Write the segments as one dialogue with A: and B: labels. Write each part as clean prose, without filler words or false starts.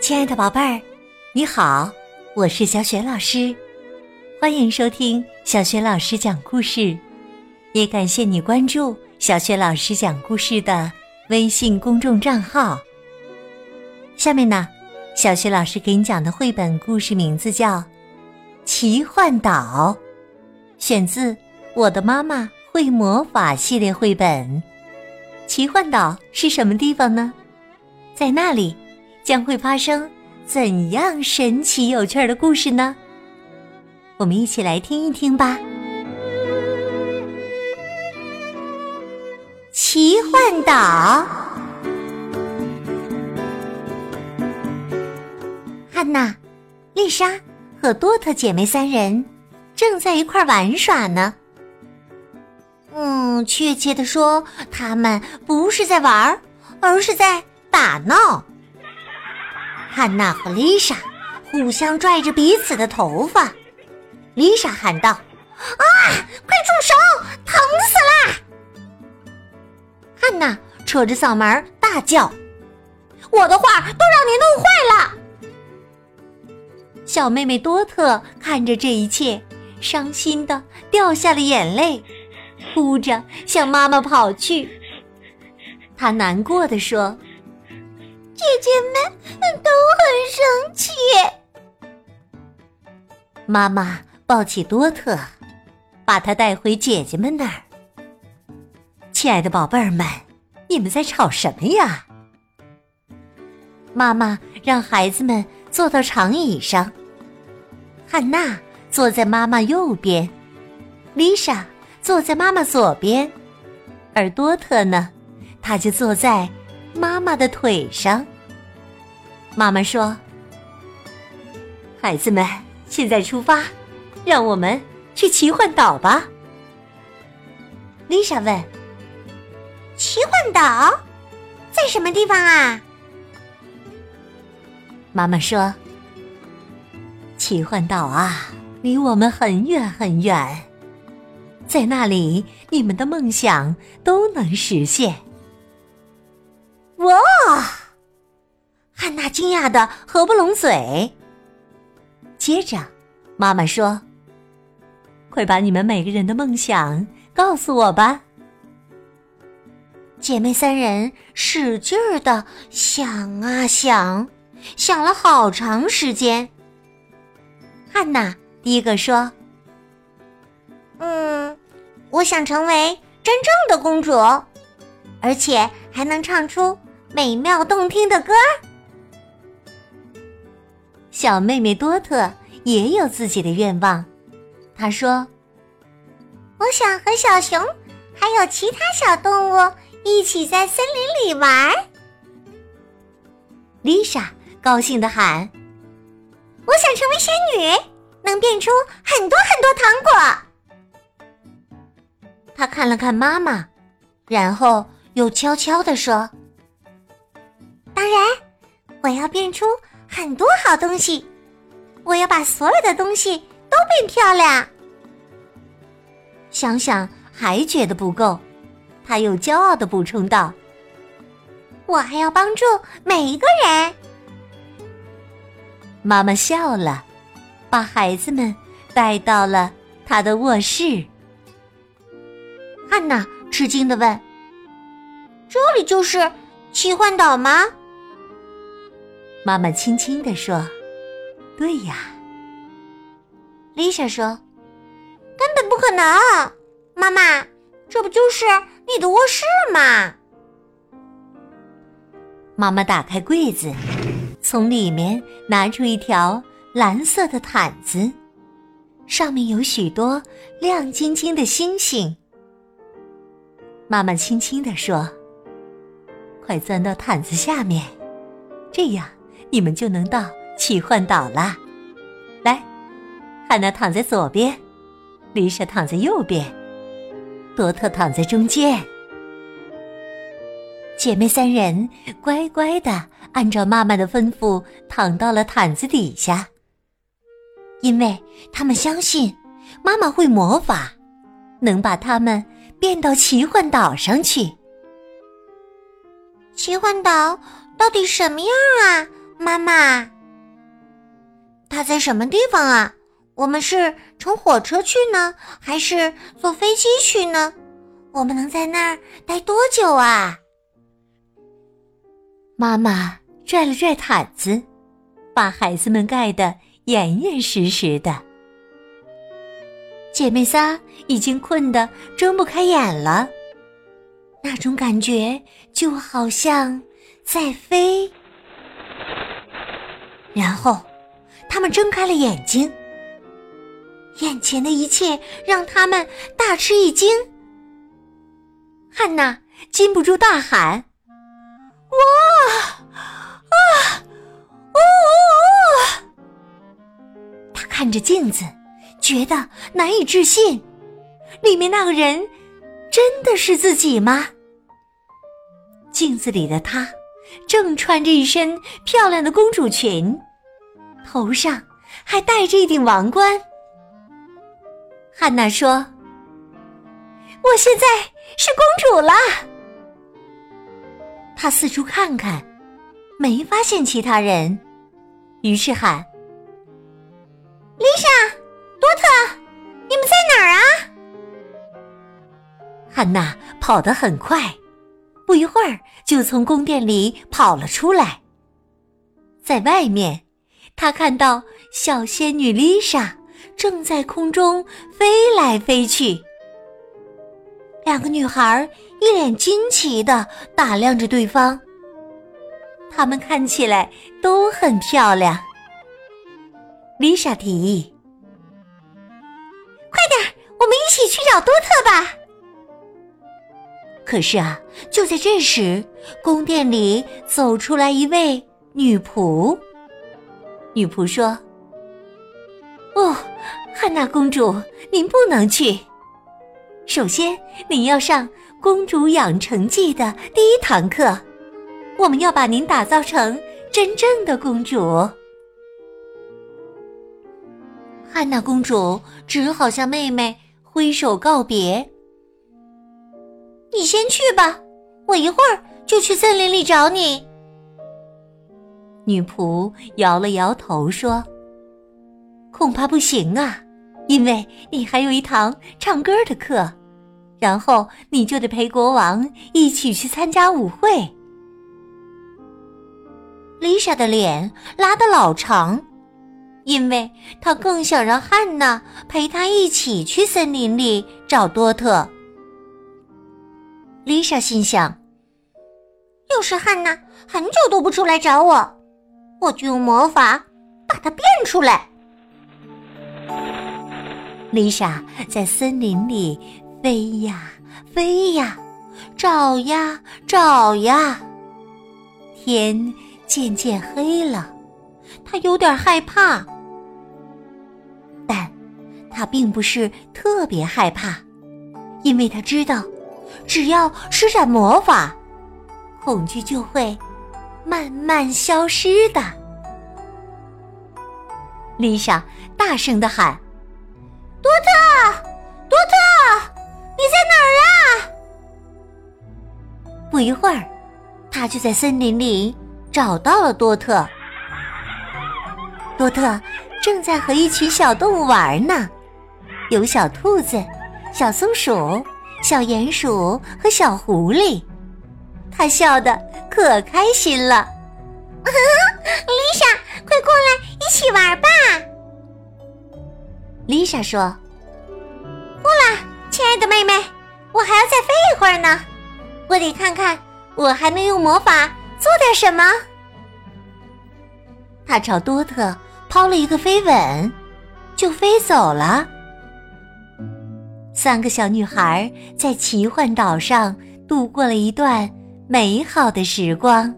A: 亲爱的宝贝儿，你好，我是小雪老师，欢迎收听小雪老师讲故事，也感谢你关注小雪老师讲故事的微信公众账号。下面呢，小雪老师给你讲的绘本故事名字叫《奇幻岛》，选自《我的妈妈会魔法》系列绘本。奇幻岛是什么地方呢？在那里将会发生怎样神奇有趣的故事呢？我们一起来听一听吧。奇幻岛。汉娜、丽莎和多特姐妹三人正在一块玩耍呢。确切地说，他们不是在玩，而是在打闹。汉娜和丽莎互相拽着彼此的头发，丽莎喊道：“啊，快住手，疼死啦！”汉娜扯着嗓门大叫：“我的画都让你弄坏了！”小妹妹多特看着这一切，伤心地掉下了眼泪，哭着向妈妈跑去。她难过地说：“姐姐们都很生气。”妈妈抱起多特，把她带回姐姐们那儿。亲爱的宝贝儿们，你们在吵什么呀？妈妈让孩子们坐到长椅上，汉娜坐在妈妈右边，丽莎坐在妈妈左边，而多特呢，他就坐在妈妈的腿上。妈妈说：“孩子们，现在出发，让我们去奇幻岛吧。”丽莎问：“奇幻岛在什么地方啊？”妈妈说：“奇幻岛啊，离我们很远很远，在那里你们的梦想都能实现。”哇！汉娜惊讶得合不拢嘴。接着妈妈说：“快把你们每个人的梦想告诉我吧。”姐妹三人使劲儿地想啊想，想了好长时间。汉娜第一个说：“我想成为真正的公主，而且还能唱出美妙动听的歌。”小妹妹多特也有自己的愿望，她说：“我想和小熊还有其他小动物一起在森林里玩。”丽莎高兴地喊：“我想成为仙女，能变出很多很多糖果。”她看了看妈妈，然后又悄悄地说：“当然，我要变出很多好东西，我要把所有的东西都变漂亮。”想想还觉得不够，她又骄傲地补充道：“我还要帮助每一个人。”妈妈笑了，把孩子们带到了她的卧室。汉娜吃惊地问：“这里就是奇幻岛吗？”妈妈轻轻地说：“对呀。”丽莎说：“根本不可能，妈妈，这不就是你的卧室吗？”妈妈打开柜子，从里面拿出一条蓝色的毯子，上面有许多亮晶晶的星星。妈妈轻轻地说：“快钻到毯子下面，这样你们就能到奇幻岛啦。来，汉娜躺在左边，丽莎躺在右边，多特躺在中间。”姐妹三人乖乖地按照妈妈的吩咐躺到了毯子底下，因为她们相信妈妈会魔法，能把她们变到奇幻岛上去。奇幻岛到底什么样啊？
B: 妈妈，他在什么地方啊？我们是乘火车去呢，还是坐飞机去呢？我们能在那儿待多久啊？
A: 妈妈拽了拽毯子，把孩子们盖得严严实实的。姐妹仨已经困得睁不开眼了，那种感觉就好像在飞。然后她们睁开了眼睛，眼前的一切让他们大吃一惊。汉娜禁不住大喊：哇！啊！哦！她看着镜子，觉得难以置信，里面那个人真的是自己吗？镜子里的她正穿着一身漂亮的公主裙，头上还戴着一顶王冠。汉娜说：我现在是公主了。她四处看看，没发现其他人，于是喊：
B: 丽莎，多特，你们在哪儿啊？
A: 汉娜跑得很快，不一会儿就从宫殿里跑了出来。在外面，她看到小仙女丽莎正在空中飞来飞去。两个女孩一脸惊奇地打量着对方，她们看起来都很漂亮。丽莎提议：
B: 快点，我们一起去找多特吧。
A: 可是啊，就在这时，宫殿里走出来一位女仆。女仆说：哦，汉娜公主，您不能去。首先，您要上公主养成记的第一堂课，我们要把您打造成真正的公主。汉娜公主只好向妹妹挥手告别。
B: 你先去吧，我一会儿就去森林里找你。
A: 女仆摇了摇头说：恐怕不行啊，因为你还有一堂唱歌的课，然后你就得陪国王一起去参加舞会。丽莎的脸拉得老长，因为她更想让汉娜陪她一起去森林里找多特。丽莎心想，
B: 要是汉娜很久都不出来找我，我就用魔法把她变出来。
A: 丽莎在森林里飞呀飞呀，找呀找呀，天渐渐黑了，她有点害怕，但她并不是特别害怕，因为她知道只要施展魔法，恐惧就会慢慢消失的。丽莎大声地喊：
B: 多特，多特，你在哪儿啊？
A: 不一会儿，她就在森林里找到了多特。多特正在和一群小动物玩呢，有小兔子、小松鼠、小鼹鼠和小狐狸。他笑得可开心了。
B: 丽莎，快过来一起玩吧。
A: 丽莎说：
B: 不啦，亲爱的妹妹，我还要再飞一会儿呢，我得看看我还能用魔法做点什么。
A: 她朝多特抛了一个飞吻，就飞走了。三个小女孩在奇幻岛上度过了一段美好的时光。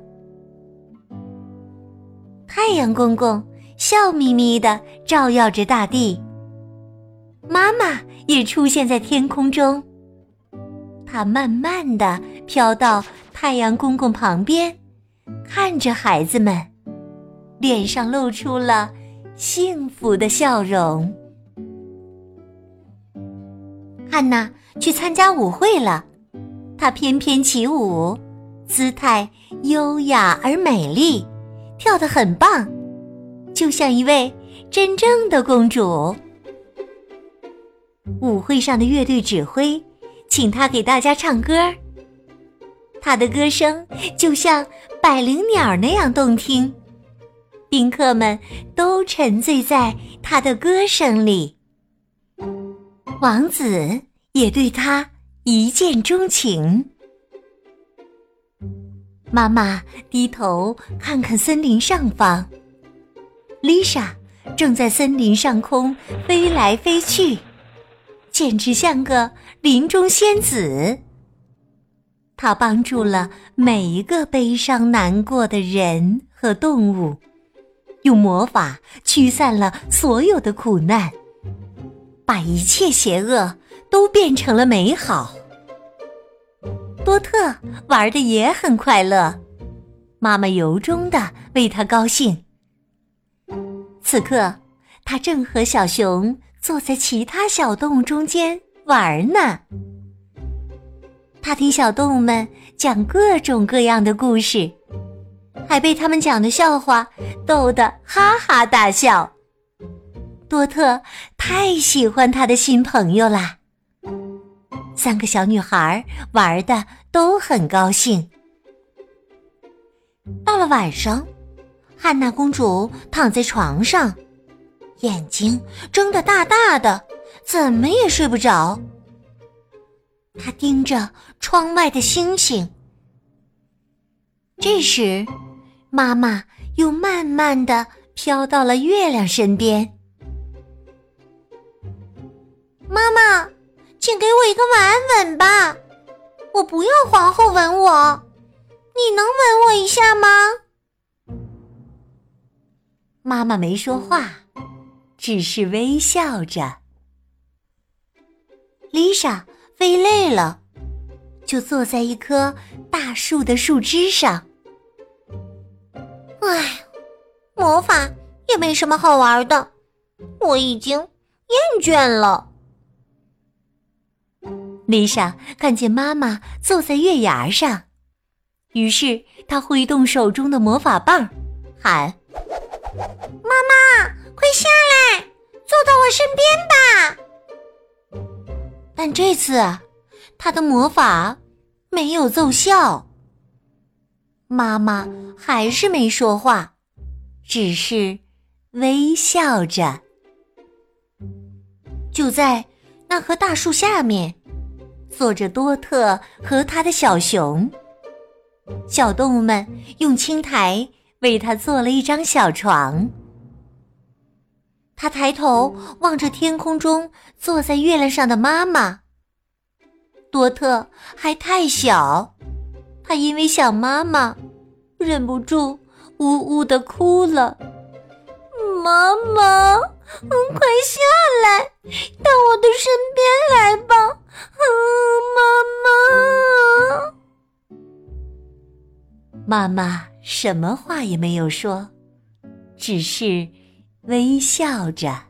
A: 太阳公公笑眯眯地照耀着大地，妈妈也出现在天空中。她慢慢地飘到太阳公公旁边，看着孩子们，脸上露出了幸福的笑容。汉娜去参加舞会了，她翩翩起舞，姿态优雅而美丽， 跳得很棒，就像一位真正的公主。舞会上的乐队指挥请她给大家唱歌，她的歌声就像百灵鸟那样动听，宾客们都沉醉在她的歌声里。王子也对她一见钟情。妈妈低头看看森林上方，丽莎正在森林上空飞来飞去，简直像个林中仙子。她帮助了每一个悲伤难过的人和动物，用魔法驱散了所有的苦难，把一切邪恶都变成了美好。多特玩得也很快乐，妈妈由衷地为他高兴。此刻，他正和小熊坐在其他小动物中间玩呢。他听小动物们讲各种各样的故事，还被他们讲的笑话逗得哈哈大笑。多特太喜欢他的新朋友啦。3个小女孩玩得都很高兴。到了晚上，汉娜公主躺在床上，眼睛睁得大大的，怎么也睡不着。她盯着窗外的星星。这时，妈妈又慢慢地飘到了月亮身边。
B: 妈妈，请给我一个晚安吻吧，我不要皇后吻我，你能吻我一下吗？
A: 妈妈没说话，只是微笑着。丽莎飞累了，就坐在一棵大树的树枝上。
B: 唉，魔法也没什么好玩的，我已经厌倦了。
A: 丽莎看见妈妈坐在月牙上，于是她挥动手中的魔法棒，喊：
B: 妈妈，快下来，坐到我身边吧。
A: 但这次啊，她的魔法没有奏效。妈妈还是没说话，只是微笑着。就在那棵大树下面，坐着多特和他的小熊。小动物们用青苔为他做了一张小床。他抬头望着天空中坐在月亮上的妈妈。多特还太小，他因为想妈妈，忍不住呜呜地哭了。
B: 妈妈，快下来，到我的身边来吧，妈妈。
A: 妈妈什么话也没有说，只是微笑着。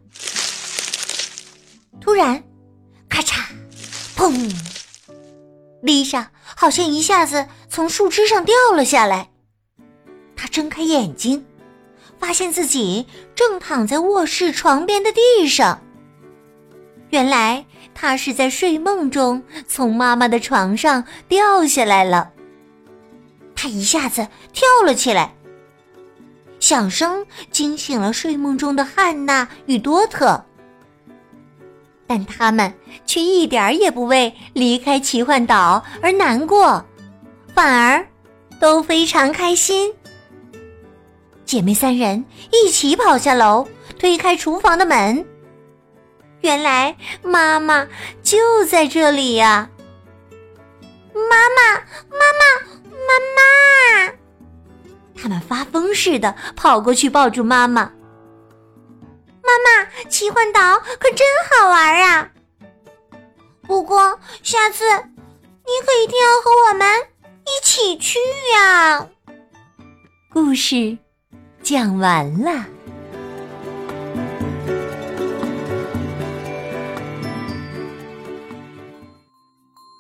A: 突然，咔嚓，砰！丽莎好像一下子从树枝上掉了下来。她睁开眼睛，发现自己正躺在卧室床边的地上。原来她是在睡梦中从妈妈的床上掉下来了。她一下子跳了起来，响声惊醒了睡梦中的汉娜与多特，但他们却一点儿也不为离开奇幻岛而难过，反而都非常开心。姐妹3人一起跑下楼，推开厨房的门。原来妈妈就在这里呀！
B: 妈妈，妈妈，妈妈！
A: 他们发疯似的跑过去抱住妈妈。
B: 妈妈，奇幻岛可真好玩啊！不过下次你可一定要和我们一起去呀！
A: 故事讲完了。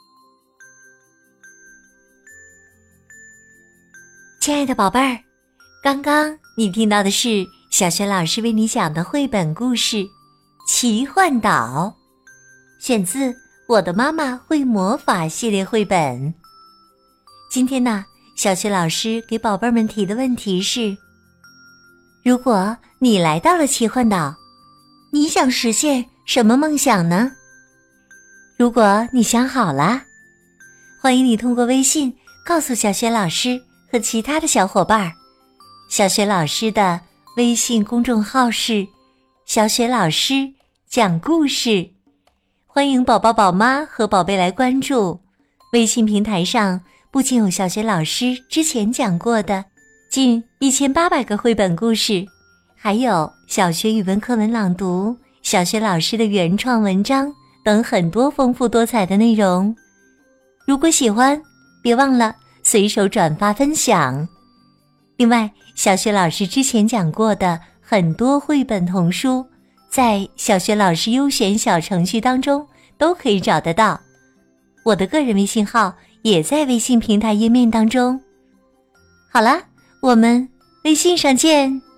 A: 亲爱的宝贝儿， 刚刚你听到的是小雪老师为你讲的绘本故事《奇幻岛》，选自《我的妈妈会魔法》系列绘本。今天呢，小雪老师给宝贝们提的问题是：如果你来到了奇幻岛，你想实现什么梦想呢？如果你想好了，欢迎你通过微信告诉小雪老师和其他的小伙伴。小雪老师的微信公众号是小雪老师讲故事，欢迎宝宝宝妈和宝贝来关注。微信平台上不仅有小雪老师之前讲过的近1800个绘本故事，还有小学语文课文朗读、小雪老师的原创文章等很多丰富多彩的内容。如果喜欢，别忘了随手转发分享。另外，小雪老师之前讲过的很多绘本童书，在小雪老师优选小程序当中都可以找得到。我的个人微信号也在微信平台页面当中。好了，我们微信上见。